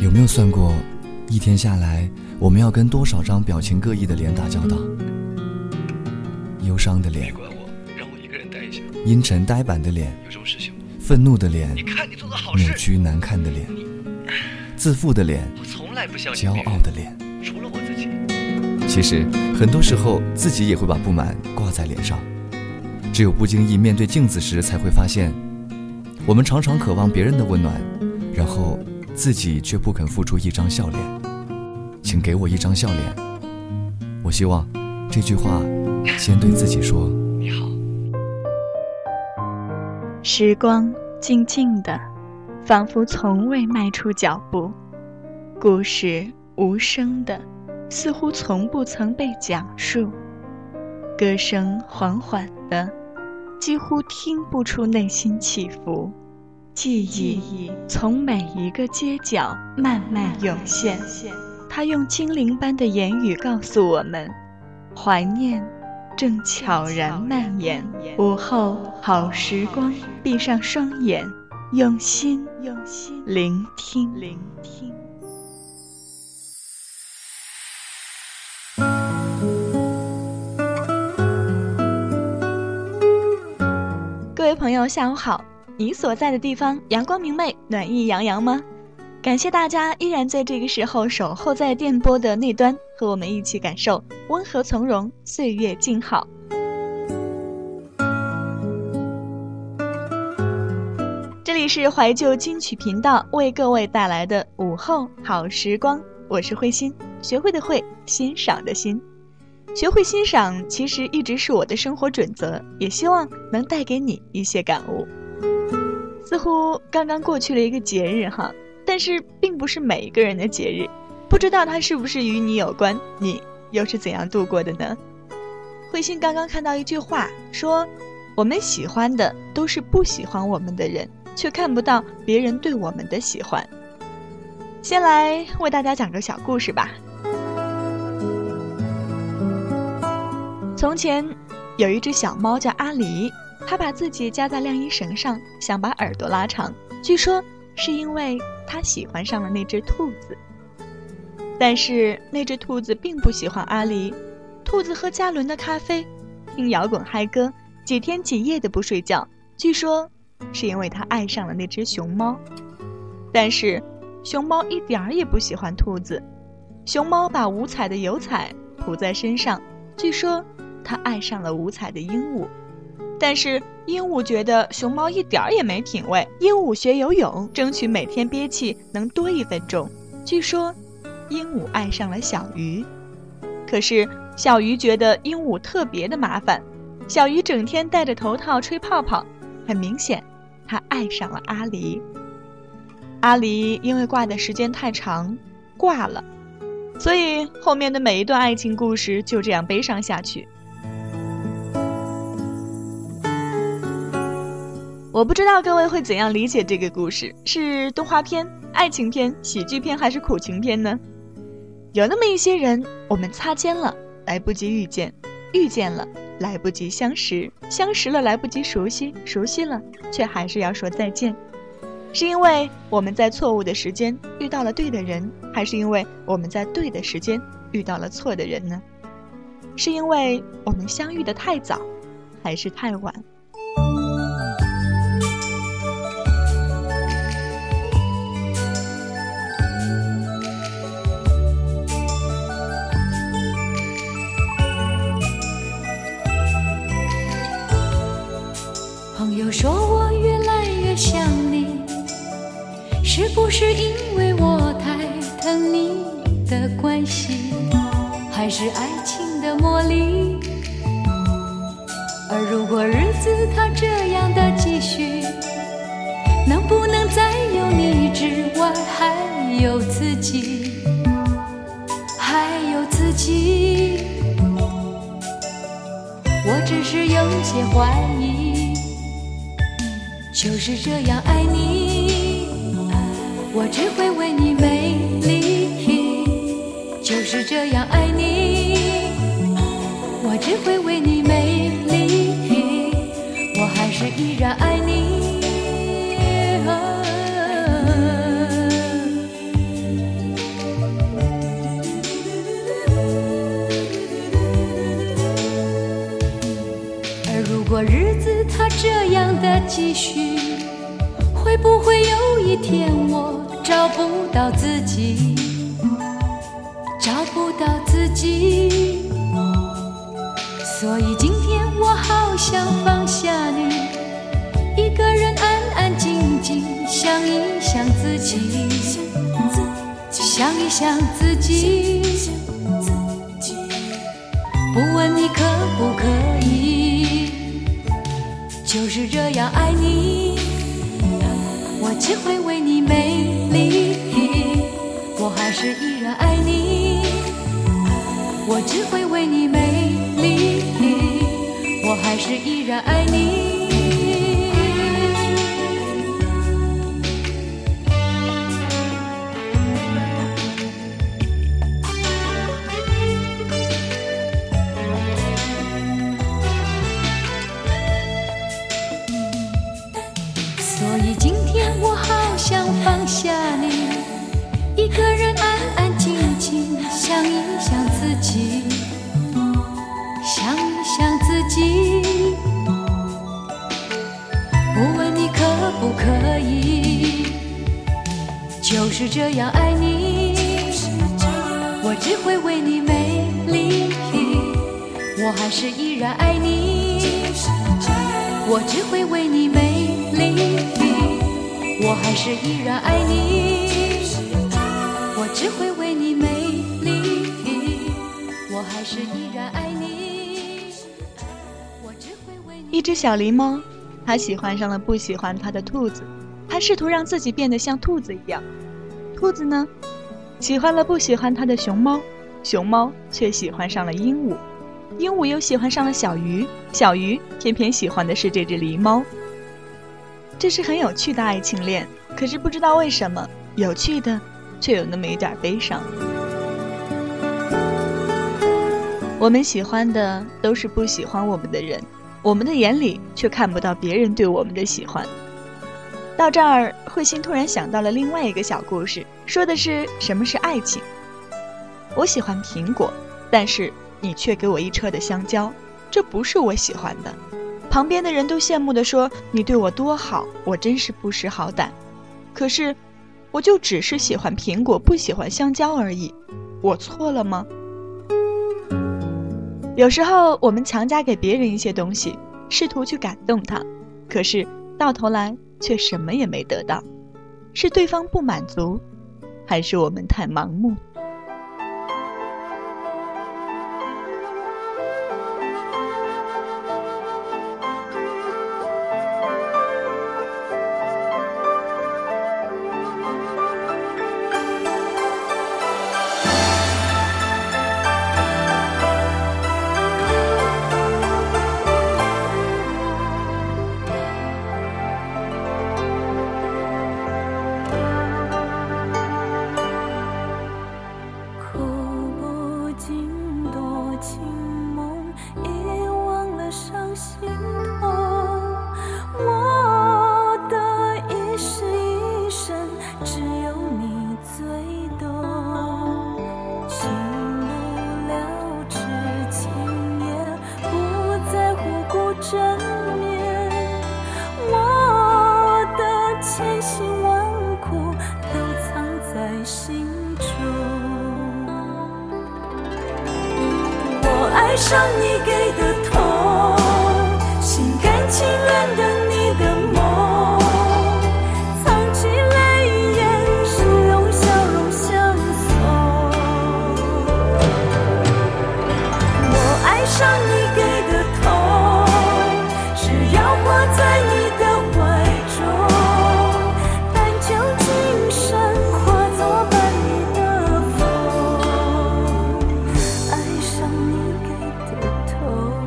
有没有算过，一天下来我们要跟多少张表情各异的脸打交道？忧伤的脸， 让我一个人待一下。 阴沉呆板的脸， 有什么事情吗？ 愤怒的脸， 你看你做的好事， 扭曲难看的脸，自负的脸， 我从来不相信骄傲的脸。 除了我自己。 其实很多时候自己也会把不满挂在脸上，只有不经意面对镜子时才会发现，我们常常渴望别人的温暖，然后自己却不肯付出一张笑脸。请给我一张笑脸。我希望这句话先对自己说。 你好。 时光静静的，仿佛从未迈出脚步，故事无声的，似乎从不曾被讲述，歌声缓缓的，几乎听不出内心起伏，记忆从每一个街角慢慢涌现，它用精灵般的言语告诉我们，怀念正悄然蔓延。午后好时光，闭上双眼，用心聆听。各位朋友下午好，你所在的地方阳光明媚，暖意洋洋吗？感谢大家依然在这个时候守候在电波的那端，和我们一起感受温和从容，岁月静好。这里是怀旧金曲频道为各位带来的午后好时光，我是慧心，学会的会，欣赏的心。学会欣赏其实一直是我的生活准则，也希望能带给你一些感悟。似乎刚刚过去了一个节日哈，但是并不是每一个人的节日，不知道它是不是与你有关，你又是怎样度过的呢？慧心刚刚看到一句话说，我们喜欢的都是不喜欢我们的人，却看不到别人对我们的喜欢。先来为大家讲个小故事吧。从前有一只小猫叫阿狸，它把自己夹在晾衣绳上，想把耳朵拉长，据说是因为它喜欢上了那只兔子。但是那只兔子并不喜欢阿狸，兔子喝加仑的咖啡，听摇滚嗨歌，几天几夜的不睡觉，据说是因为它爱上了那只熊猫。但是熊猫一点儿也不喜欢兔子，熊猫把五彩的油彩涂在身上，据说它爱上了五彩的鹦鹉。但是鹦鹉觉得熊猫一点儿也没品味，鹦鹉学游泳，争取每天憋气能多1分钟，据说鹦鹉爱上了小鱼。可是小鱼觉得鹦鹉特别的麻烦，小鱼整天戴着头套吹泡泡，很明显它爱上了阿狸。阿狸因为挂的时间太长挂了，所以后面的每一段爱情故事就这样悲伤下去。我不知道各位会怎样理解这个故事，是动画片、爱情片、喜剧片还是苦情片呢？有那么一些人，我们擦肩了来不及遇见，遇见了来不及相识，相识了来不及熟悉，熟悉了却还是要说再见。是因为我们在错误的时间遇到了对的人，还是因为我们在对的时间遇到了错的人呢？是因为我们相遇的太早，还是太晚？ 朋友说我越来越像你，是不是因为我太疼你的关系，还是爱情的魔力？而如果日子它这样的继续，能不能再有你之外还有自己，还有自己？我只是有些怀疑，就是这样爱你，我只会为你美丽，就是这样爱你，我只会为你美丽，我还是依然爱你。 天我找不到自己，找不到自己，所以今天我好想放下你，一个人安安静静想一想自己，想一想自己，不问你可不可以，就是这样爱你，我只会为你美丽，我还是依然爱你，我只会为你美丽，我还是依然爱你。所以今天我好想放下你，一个人安安静静想一想自己，想一想自己，不问你可不可以，就是这样爱你，我只会为你美丽，我还是依然爱你，我只会为你美丽，我还是依然爱你，我只会为你美丽，我还是依然爱你，我只会为你。 一只小狸猫，它喜欢上了不喜欢它的兔子，它试图让自己变得像兔子一样。兔子呢，喜欢了不喜欢它的熊猫，熊猫却喜欢上了鹦鹉，鹦鹉又喜欢上了小鱼，小鱼偏偏喜欢的是这只狸猫。这是很有趣的爱情恋，可是不知道为什么，有趣的却有那么一点悲伤。我们喜欢的都是不喜欢我们的人，我们的眼里却看不到别人对我们的喜欢。到这儿，慧心突然想到了另外一个小故事，说的是什么是爱情。我喜欢苹果，但是你却给我一车的香蕉，这不是我喜欢的。旁边的人都羡慕地说，你对我多好，我真是不识好歹。可是我就只是喜欢苹果，不喜欢香蕉而已，我错了吗？有时候我们强加给别人一些东西，试图去感动他，可是到头来却什么也没得到，是对方不满足，还是我们太盲目？ 爱上你给的痛，心甘情愿的你的梦，藏起泪眼，是用笑容相送。我爱上你给的痛，是要活在你的怀中，但求今生化作伴你的风。爱上你给的痛。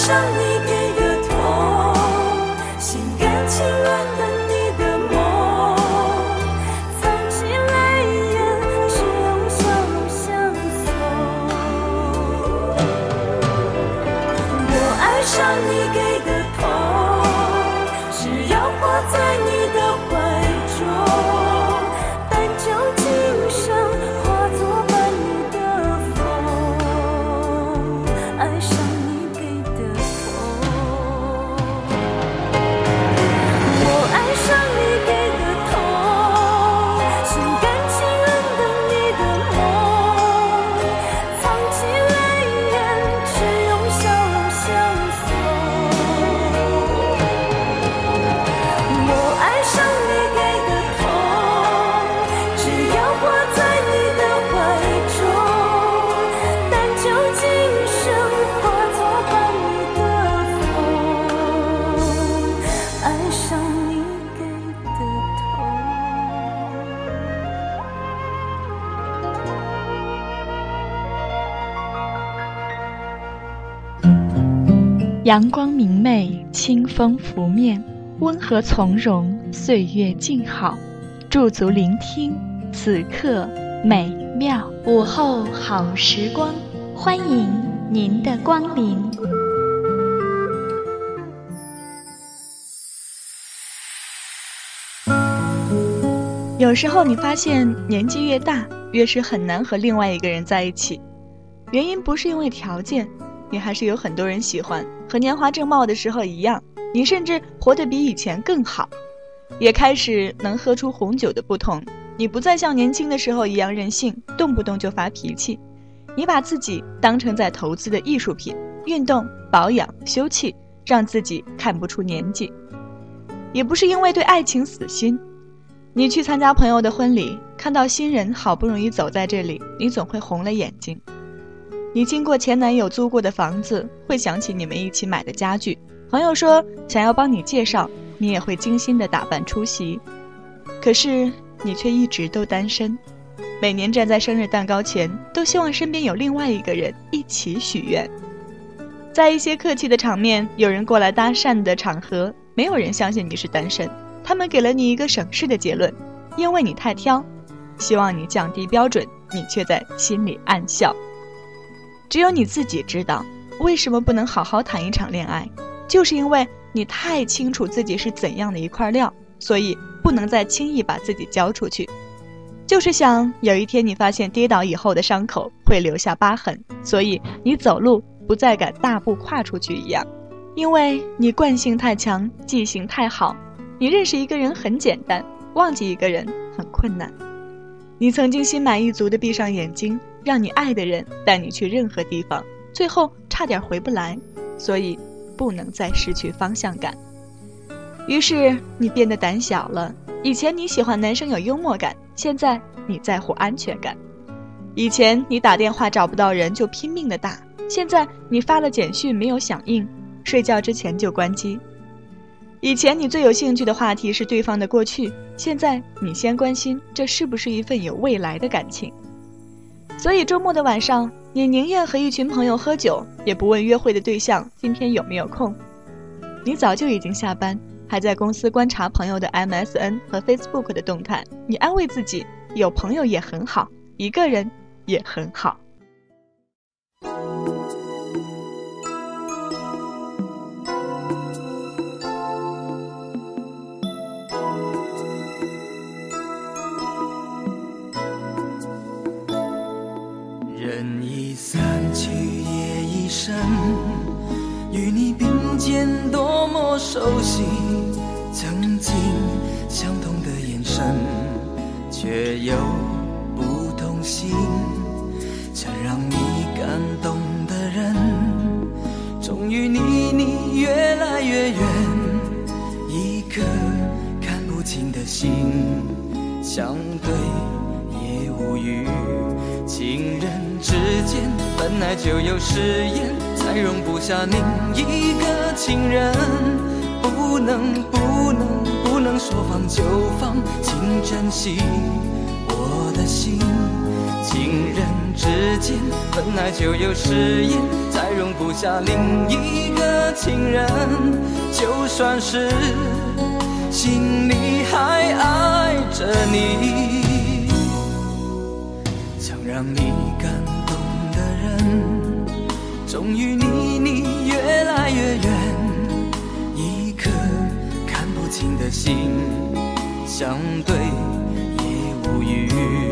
上你给的痛，心甘情愿的你的梦，藏起泪眼，只用笑容相送。我爱上你给的痛，是要活在你的怀中，但求今生化作伴你的风，爱上你给的痛。我爱上你给的痛，心甘情愿等你的梦，藏起泪眼，只用笑容相送。我爱上你给的痛，只要活在你的怀中，但求今生化作伴你的风，爱上你给的痛。 阳光明媚，清风拂面，温和从容，岁月静好。驻足聆听，此刻美妙。午后好时光，欢迎您的光临。有时候你发现年纪越大，越是很难和另外一个人在一起，原因不是因为条件，你还是有很多人喜欢，和年华正茂的时候一样，你甚至活得比以前更好，也开始能喝出红酒的不同。你不再像年轻的时候一样任性，动不动就发脾气，你把自己当成在投资的艺术品，运动、保养、休憩，让自己看不出年纪。也不是因为对爱情死心，你去参加朋友的婚礼，看到新人好不容易走在这里，你总会红了眼睛。你经过前男友租过的房子，会想起你们一起买的家具，朋友说想要帮你介绍，你也会精心的打扮出席。可是你却一直都单身，每年站在生日蛋糕前，都希望身边有另外一个人一起许愿。在一些客气的场面，有人过来搭讪的场合，没有人相信你是单身，他们给了你一个省事的结论，因为你太挑，希望你降低标准，你却在心里暗笑。只有你自己知道，为什么不能好好谈一场恋爱，就是因为你太清楚自己是怎样的一块料，所以不能再轻易把自己交出去。就是想有一天你发现跌倒以后的伤口会留下疤痕，所以你走路不再敢大步跨出去一样。因为你惯性太强，记性太好，你认识一个人很简单，忘记一个人很困难。你曾经心满意足地闭上眼睛，让你爱的人带你去任何地方，最后差点回不来，所以不能再失去方向感。于是你变得胆小了，以前你喜欢男生有幽默感，现在你在乎安全感。以前你打电话找不到人就拼命地打，现在你发了简讯没有响应，睡觉之前就关机。以前你最有兴趣的话题是对方的过去，现在你先关心这是不是一份有未来的感情。所以周末的晚上，你宁愿和一群朋友喝酒，也不问约会的对象今天有没有空。你早就已经下班，还在公司观察朋友的 MSN 和 Facebook 的动态，你安慰自己，有朋友也很好，一个人也很好。 人已散去夜已深，与你并肩多么熟悉，曾经相同的眼神，却有不同心。曾让你感动的人，终于离你越来越远，一颗看不清的心，相对也无语。情人之间本来就有誓言，才容不下另一个情人。不能说放就放，请珍惜我的心， 情人之间本来就有誓言，再容不下另一个情人。就算是心里还爱着你，想让你感动的人，终于离你越来越远。一颗看不清的心，相对也无语。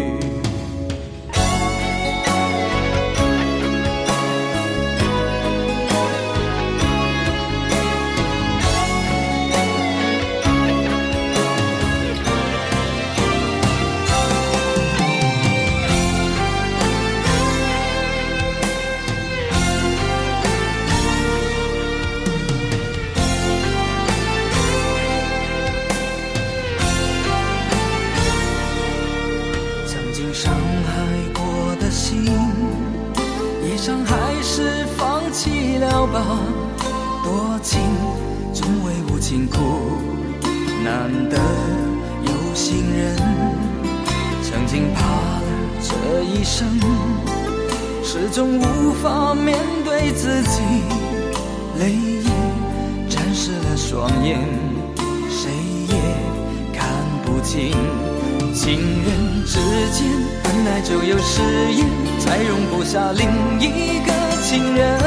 伤害过的心，也伤害时放弃了吧。多情终为无情苦，难得有心人。曾经怕了这一生，始终无法面对自己，泪已沾湿了双眼，谁也看不清。情人之间本来就有誓言，才容不下另一个情人。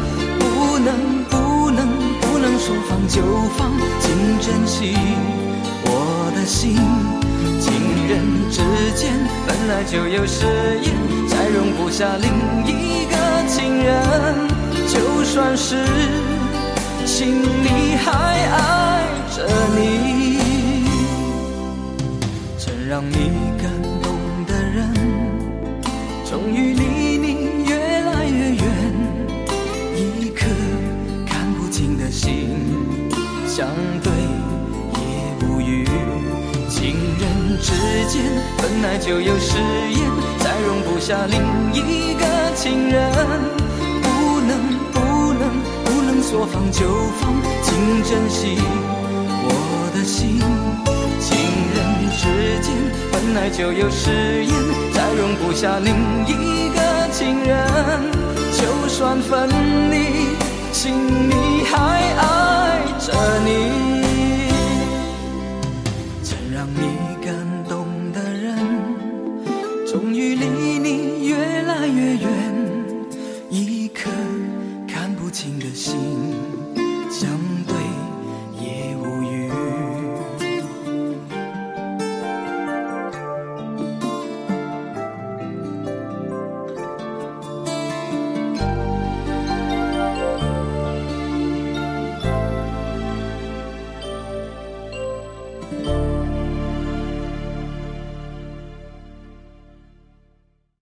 不能说放就放，请珍惜我的心。情人之间本来就有誓言，才容不下另一个情人。就算是心里还爱着你，让你感动的人，终于离你越来越远。一颗看不清的心，相对也无语。情人之间本来就有誓言，再容不下另一个情人。不能说放就放，请珍惜我的心。情人之间本来就有誓言，再容不下另一个情人。就算分离，心里还爱着你。曾让你感动的人，终于离你越来越远。一颗看不清的心，相对